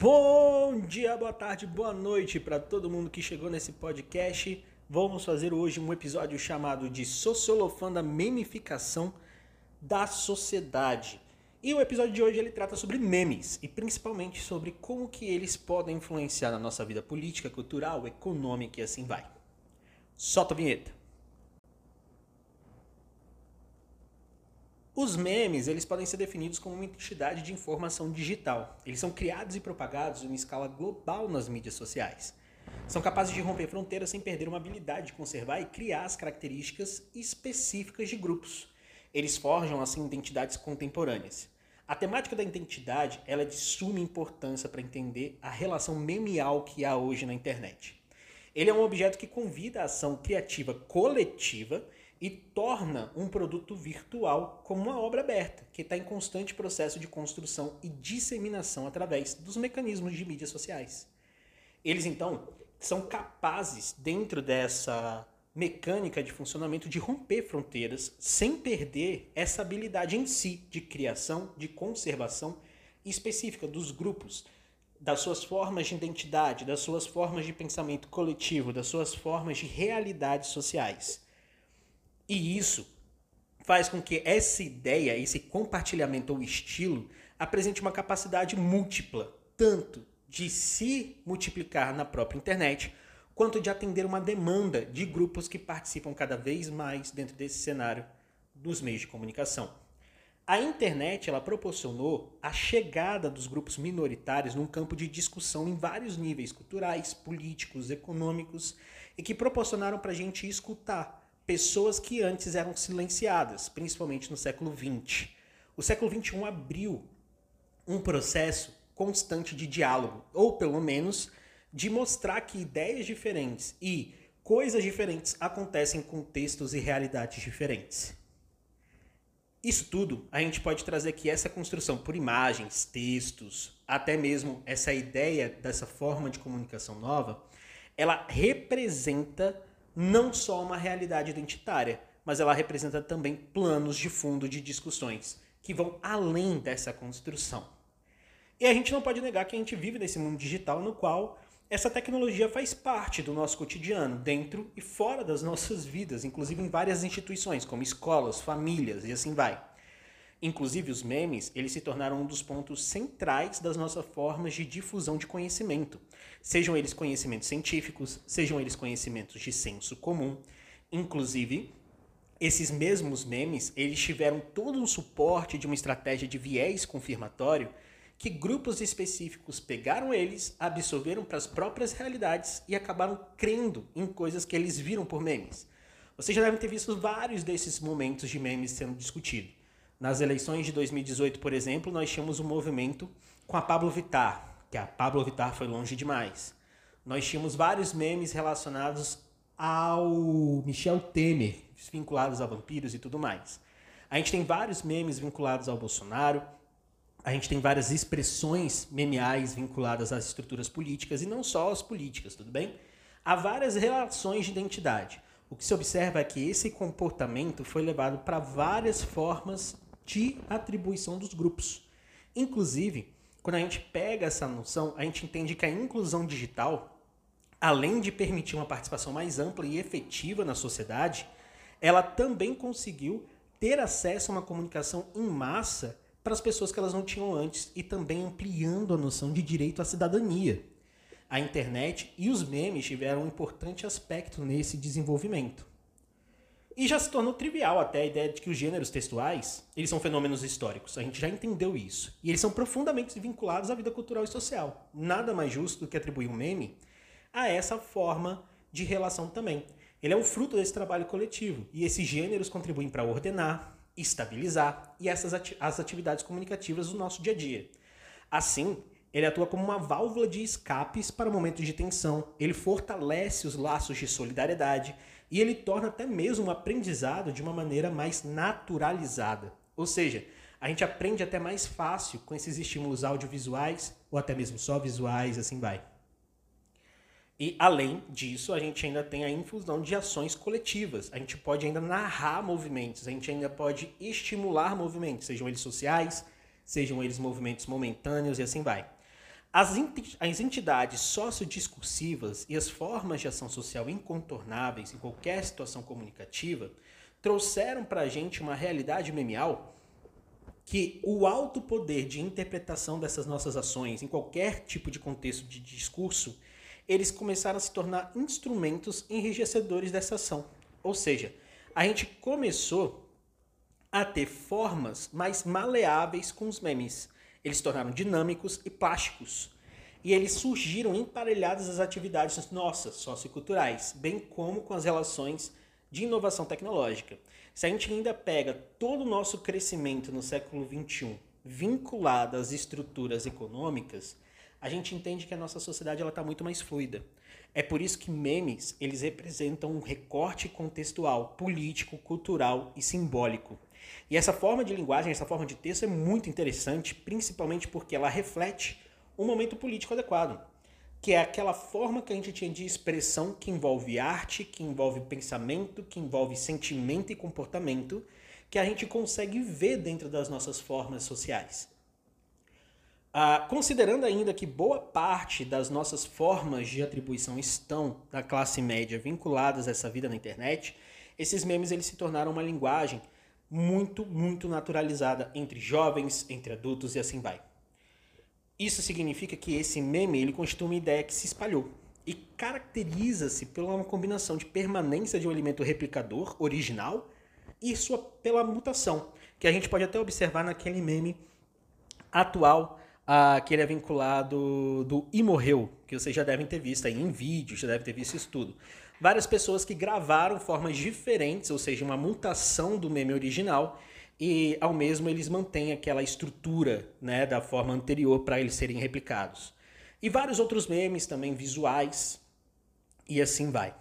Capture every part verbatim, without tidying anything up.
Bom dia, boa tarde, boa noite para todo mundo que chegou nesse podcast. Vamos fazer hoje um episódio chamado de Sociolofando a Memificação da Sociedade. E o episódio de hoje ele trata sobre memes e principalmente sobre como que eles podem influenciar na nossa vida política, cultural, econômica e assim vai. Solta a vinheta. Os memes, eles podem ser definidos como uma entidade de informação digital. Eles são criados e propagados em escala global nas mídias sociais. São capazes de romper fronteiras sem perder uma habilidade de conservar e criar as características específicas de grupos. Eles forjam, assim, identidades contemporâneas. A temática da identidade ela é de suma importância para entender a relação memial que há hoje na internet. Ele é um objeto que convida a ação criativa coletiva e torna um produto virtual como uma obra aberta, que está em constante processo de construção e disseminação através dos mecanismos de mídias sociais. Eles, então, são capazes, dentro dessa mecânica de funcionamento, de romper fronteiras sem perder essa habilidade em si de criação, de conservação específica dos grupos, das suas formas de identidade, das suas formas de pensamento coletivo, das suas formas de realidades sociais. E isso faz com que essa ideia, esse compartilhamento ou estilo, apresente uma capacidade múltipla, tanto de se multiplicar na própria internet, quanto de atender uma demanda de grupos que participam cada vez mais dentro desse cenário dos meios de comunicação. A internet ela proporcionou a chegada dos grupos minoritários num campo de discussão em vários níveis culturais, políticos, econômicos, e que proporcionaram para a gente escutar pessoas que antes eram silenciadas, principalmente no século vinte. O século vinte e um abriu um processo constante de diálogo, ou pelo menos de mostrar que ideias diferentes e coisas diferentes acontecem em contextos e realidades diferentes. Isso tudo a gente pode trazer aqui essa construção por imagens, textos, até mesmo essa ideia dessa forma de comunicação nova, ela representa não só uma realidade identitária, mas ela representa também planos de fundo de discussões que vão além dessa construção. E a gente não pode negar que a gente vive nesse mundo digital no qual essa tecnologia faz parte do nosso cotidiano, dentro e fora das nossas vidas, inclusive em várias instituições, como escolas, famílias e assim vai. Inclusive os memes, eles se tornaram um dos pontos centrais das nossas formas de difusão de conhecimento. Sejam eles conhecimentos científicos, sejam eles conhecimentos de senso comum. Inclusive, esses mesmos memes, eles tiveram todo um suporte de uma estratégia de viés confirmatório que grupos específicos pegaram eles, absorveram para as próprias realidades e acabaram crendo em coisas que eles viram por memes. Vocês já devem ter visto vários desses momentos de memes sendo discutidos. Nas eleições de dois mil e dezoito, por exemplo, nós tínhamos um movimento com a Pablo Vittar, que a Pablo Vittar foi longe demais. Nós tínhamos vários memes relacionados ao Michel Temer, vinculados a vampiros e tudo mais. A gente tem vários memes vinculados ao Bolsonaro, a gente tem várias expressões memeais vinculadas às estruturas políticas e não só às políticas, tudo bem? Há várias relações de identidade. O que se observa é que esse comportamento foi levado para várias formas de atribuição dos grupos. Inclusive, quando a gente pega essa noção, a gente entende que a inclusão digital, além de permitir uma participação mais ampla e efetiva na sociedade, ela também conseguiu ter acesso a uma comunicação em massa para as pessoas que elas não tinham antes e também ampliando a noção de direito à cidadania. A internet e os memes tiveram um importante aspecto nesse desenvolvimento. E já se tornou trivial até a ideia de que os gêneros textuais, eles são fenômenos históricos. A gente já entendeu isso. E eles são profundamente vinculados à vida cultural e social. Nada mais justo do que atribuir um meme a essa forma de relação também. Ele é um fruto desse trabalho coletivo. E esses gêneros contribuem para ordenar, estabilizar e essas ati- as atividades comunicativas do nosso dia a dia. Assim, ele atua como uma válvula de escapes para momentos de tensão, ele fortalece os laços de solidariedade e ele torna até mesmo o aprendizado de uma maneira mais naturalizada. Ou seja, a gente aprende até mais fácil com esses estímulos audiovisuais ou até mesmo só visuais, assim vai. E, além disso, a gente ainda tem a infusão de ações coletivas. A gente pode ainda narrar movimentos, a gente ainda pode estimular movimentos, sejam eles sociais, sejam eles movimentos momentâneos e assim vai. As, enti- as entidades sociodiscursivas e as formas de ação social incontornáveis em qualquer situação comunicativa trouxeram para a gente uma realidade memeal que o alto poder de interpretação dessas nossas ações em qualquer tipo de contexto de discurso, eles começaram a se tornar instrumentos enrijecedores dessa ação. Ou seja, a gente começou a ter formas mais maleáveis com os memes. Eles se tornaram dinâmicos e plásticos. E eles surgiram emparelhados às atividades nossas, socioculturais, bem como com as relações de inovação tecnológica. Se a gente ainda pega todo o nosso crescimento no século vinte e um vinculado às estruturas econômicas, a gente entende que a nossa sociedade está muito mais fluida. É por isso que memes eles representam um recorte contextual, político, cultural e simbólico. E essa forma de linguagem, essa forma de texto é muito interessante, principalmente porque ela reflete um momento político adequado, que é aquela forma que a gente tinha de expressão que envolve arte, que envolve pensamento, que envolve sentimento e comportamento, que a gente consegue ver dentro das nossas formas sociais. Ah, considerando ainda que boa parte das nossas formas de atribuição estão na classe média vinculadas a essa vida na internet, esses memes eles se tornaram uma linguagem muito, muito naturalizada entre jovens, entre adultos e assim vai. Isso significa que esse meme ele constitui uma ideia que se espalhou e caracteriza-se pela uma combinação de permanência de um elemento replicador original e sua, pela mutação, que a gente pode até observar naquele meme atual, ah, que ele é vinculado do E Morreu, que vocês já devem ter visto aí em vídeo, já devem ter visto isso tudo. Várias pessoas que gravaram formas diferentes, ou seja, uma mutação do meme original, e ao mesmo eles mantêm aquela estrutura, né, da forma anterior para eles serem replicados. E vários outros memes também visuais, e assim vai.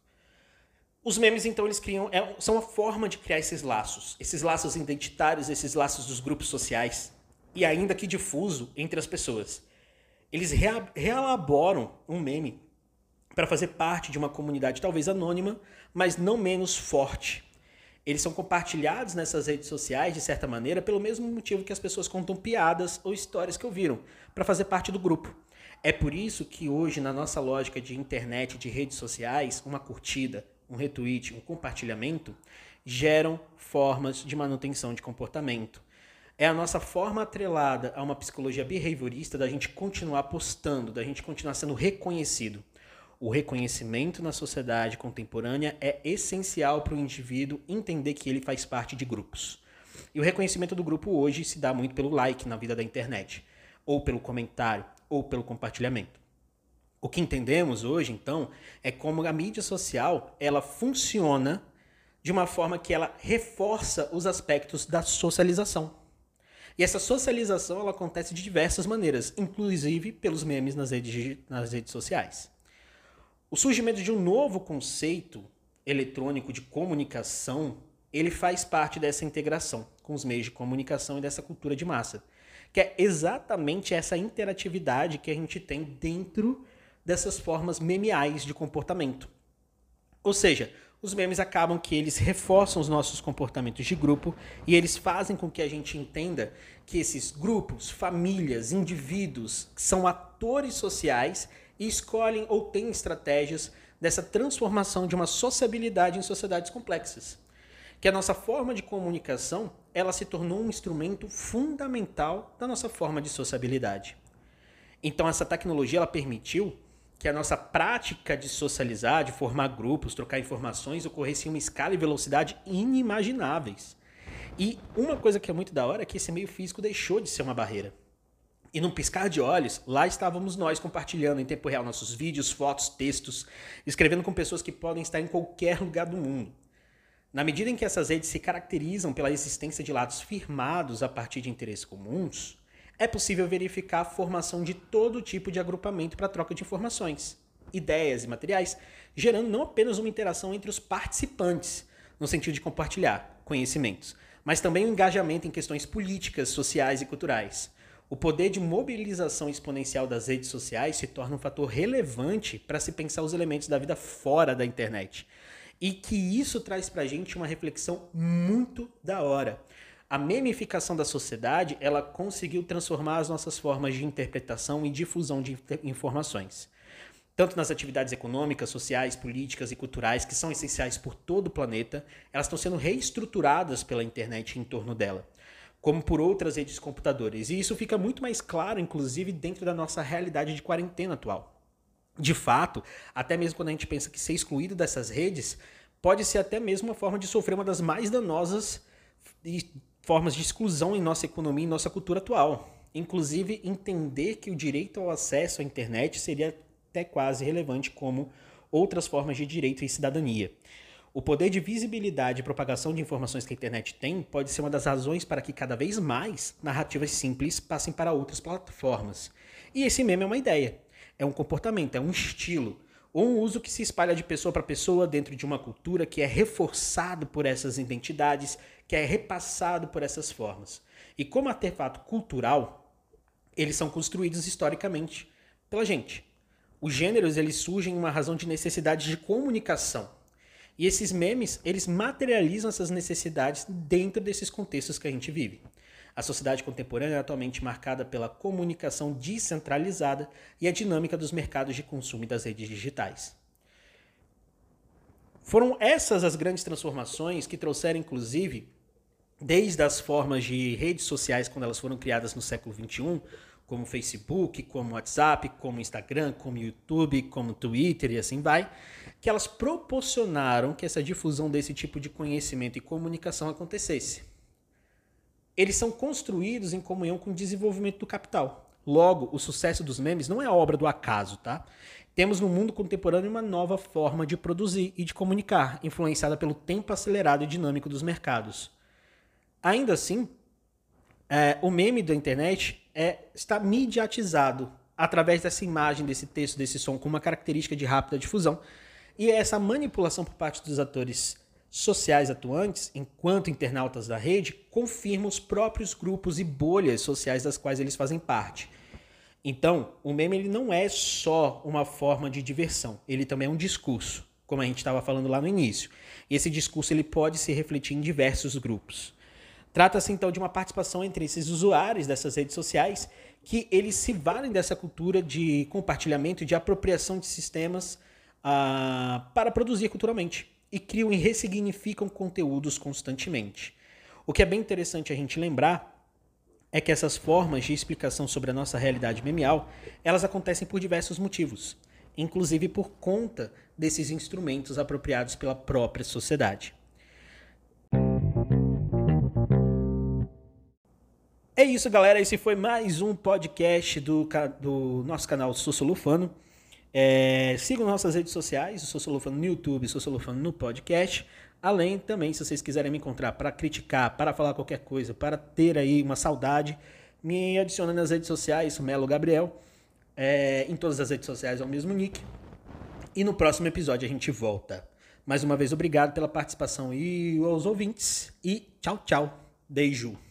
Os memes, então, eles criam, é, são a forma de criar esses laços, esses laços identitários, esses laços dos grupos sociais, e ainda que difuso entre as pessoas. Eles rea, reelaboram um meme para fazer parte de uma comunidade talvez anônima, mas não menos forte. Eles são compartilhados nessas redes sociais, de certa maneira, pelo mesmo motivo que as pessoas contam piadas ou histórias que ouviram, para fazer parte do grupo. É por isso que hoje, na nossa lógica de internet, de redes sociais, uma curtida, um retweet, um compartilhamento, geram formas de manutenção de comportamento. É a nossa forma atrelada a uma psicologia behaviorista da gente continuar postando, da gente continuar sendo reconhecido. O reconhecimento na sociedade contemporânea é essencial para o indivíduo entender que ele faz parte de grupos. E o reconhecimento do grupo hoje se dá muito pelo like na vida da internet, ou pelo comentário, ou pelo compartilhamento. O que entendemos hoje, então, é como a mídia social ela funciona de uma forma que ela reforça os aspectos da socialização. E essa socialização ela acontece de diversas maneiras, inclusive pelos memes nas redes, nas redes sociais. O surgimento de um novo conceito eletrônico de comunicação, ele faz parte dessa integração com os meios de comunicação e dessa cultura de massa, que é exatamente essa interatividade que a gente tem dentro dessas formas memeais de comportamento. Ou seja, os memes acabam que eles reforçam os nossos comportamentos de grupo e eles fazem com que a gente entenda que esses grupos, famílias, indivíduos são atores sociais e escolhem ou têm estratégias dessa transformação de uma sociabilidade em sociedades complexas. Que a nossa forma de comunicação ela se tornou um instrumento fundamental da nossa forma de sociabilidade. Então essa tecnologia ela permitiu que a nossa prática de socializar, de formar grupos, trocar informações, ocorresse em uma escala e velocidade inimagináveis. E uma coisa que é muito da hora é que esse meio físico deixou de ser uma barreira. E num piscar de olhos, lá estávamos nós compartilhando em tempo real nossos vídeos, fotos, textos, escrevendo com pessoas que podem estar em qualquer lugar do mundo. Na medida em que essas redes se caracterizam pela existência de lados firmados a partir de interesses comuns, é possível verificar a formação de todo tipo de agrupamento para troca de informações, ideias e materiais, gerando não apenas uma interação entre os participantes, no sentido de compartilhar conhecimentos, mas também um engajamento em questões políticas, sociais e culturais. O poder de mobilização exponencial das redes sociais se torna um fator relevante para se pensar os elementos da vida fora da internet. E que isso traz para a gente uma reflexão muito da hora. A memificação da sociedade, ela conseguiu transformar as nossas formas de interpretação e difusão de informações. Tanto nas atividades econômicas, sociais, políticas e culturais, que são essenciais por todo o planeta, elas estão sendo reestruturadas pela internet em torno dela, como por outras redes de computadores. E isso fica muito mais claro, inclusive, dentro da nossa realidade de quarentena atual. De fato, até mesmo quando a gente pensa que ser excluído dessas redes pode ser até mesmo uma forma de sofrer uma das mais danosas formas de exclusão em nossa economia e nossa cultura atual. Inclusive, entender que o direito ao acesso à internet seria até quase relevante como outras formas de direito e cidadania. O poder de visibilidade e propagação de informações que a internet tem pode ser uma das razões para que cada vez mais narrativas simples passem para outras plataformas. E esse meme é uma ideia, é um comportamento, é um estilo, ou um uso que se espalha de pessoa para pessoa dentro de uma cultura que é reforçado por essas identidades, que é repassado por essas formas. E como artefato cultural, eles são construídos historicamente pela gente. Os gêneros, eles surgem em uma razão de necessidade de comunicação. E esses memes, eles materializam essas necessidades dentro desses contextos que a gente vive. A sociedade contemporânea é atualmente marcada pela comunicação descentralizada e a dinâmica dos mercados de consumo e das redes digitais. Foram essas as grandes transformações que trouxeram, inclusive, desde as formas de redes sociais quando elas foram criadas no século vinte e um, como Facebook, como WhatsApp, como Instagram, como YouTube, como Twitter e assim vai, que elas proporcionaram que essa difusão desse tipo de conhecimento e comunicação acontecesse. Eles são construídos em comunhão com o desenvolvimento do capital. Logo, o sucesso dos memes não é obra do acaso, tá? Temos no mundo contemporâneo uma nova forma de produzir e de comunicar, influenciada pelo tempo acelerado e dinâmico dos mercados. Ainda assim, é, o meme da internet é, está mediatizado através dessa imagem, desse texto, desse som, com uma característica de rápida difusão. E essa manipulação por parte dos atores sociais atuantes, enquanto internautas da rede, confirma os próprios grupos e bolhas sociais das quais eles fazem parte. Então, o meme ele não é só uma forma de diversão, ele também é um discurso, como a gente estava falando lá no início. E esse discurso ele pode se refletir em diversos grupos. Trata-se então de uma participação entre esses usuários dessas redes sociais que eles se valem dessa cultura de compartilhamento e de apropriação de sistemas ah, para produzir culturalmente. E criam e ressignificam conteúdos constantemente. O que é bem interessante a gente lembrar é que essas formas de explicação sobre a nossa realidade memeal, elas acontecem por diversos motivos, inclusive por conta desses instrumentos apropriados pela própria sociedade. É isso, galera. Esse foi mais um podcast do, do nosso canal Sociolufano. É, sigam nossas redes sociais, o Sociolufano no YouTube, o Sociolufano no podcast. Além também, se vocês quiserem me encontrar para criticar, para falar qualquer coisa, para ter aí uma saudade, me adiciona nas redes sociais, Melo Gabriel. É, em todas as redes sociais é o mesmo nick. E no próximo episódio a gente volta. Mais uma vez, obrigado pela participação e aos ouvintes. E tchau, tchau. Beijo.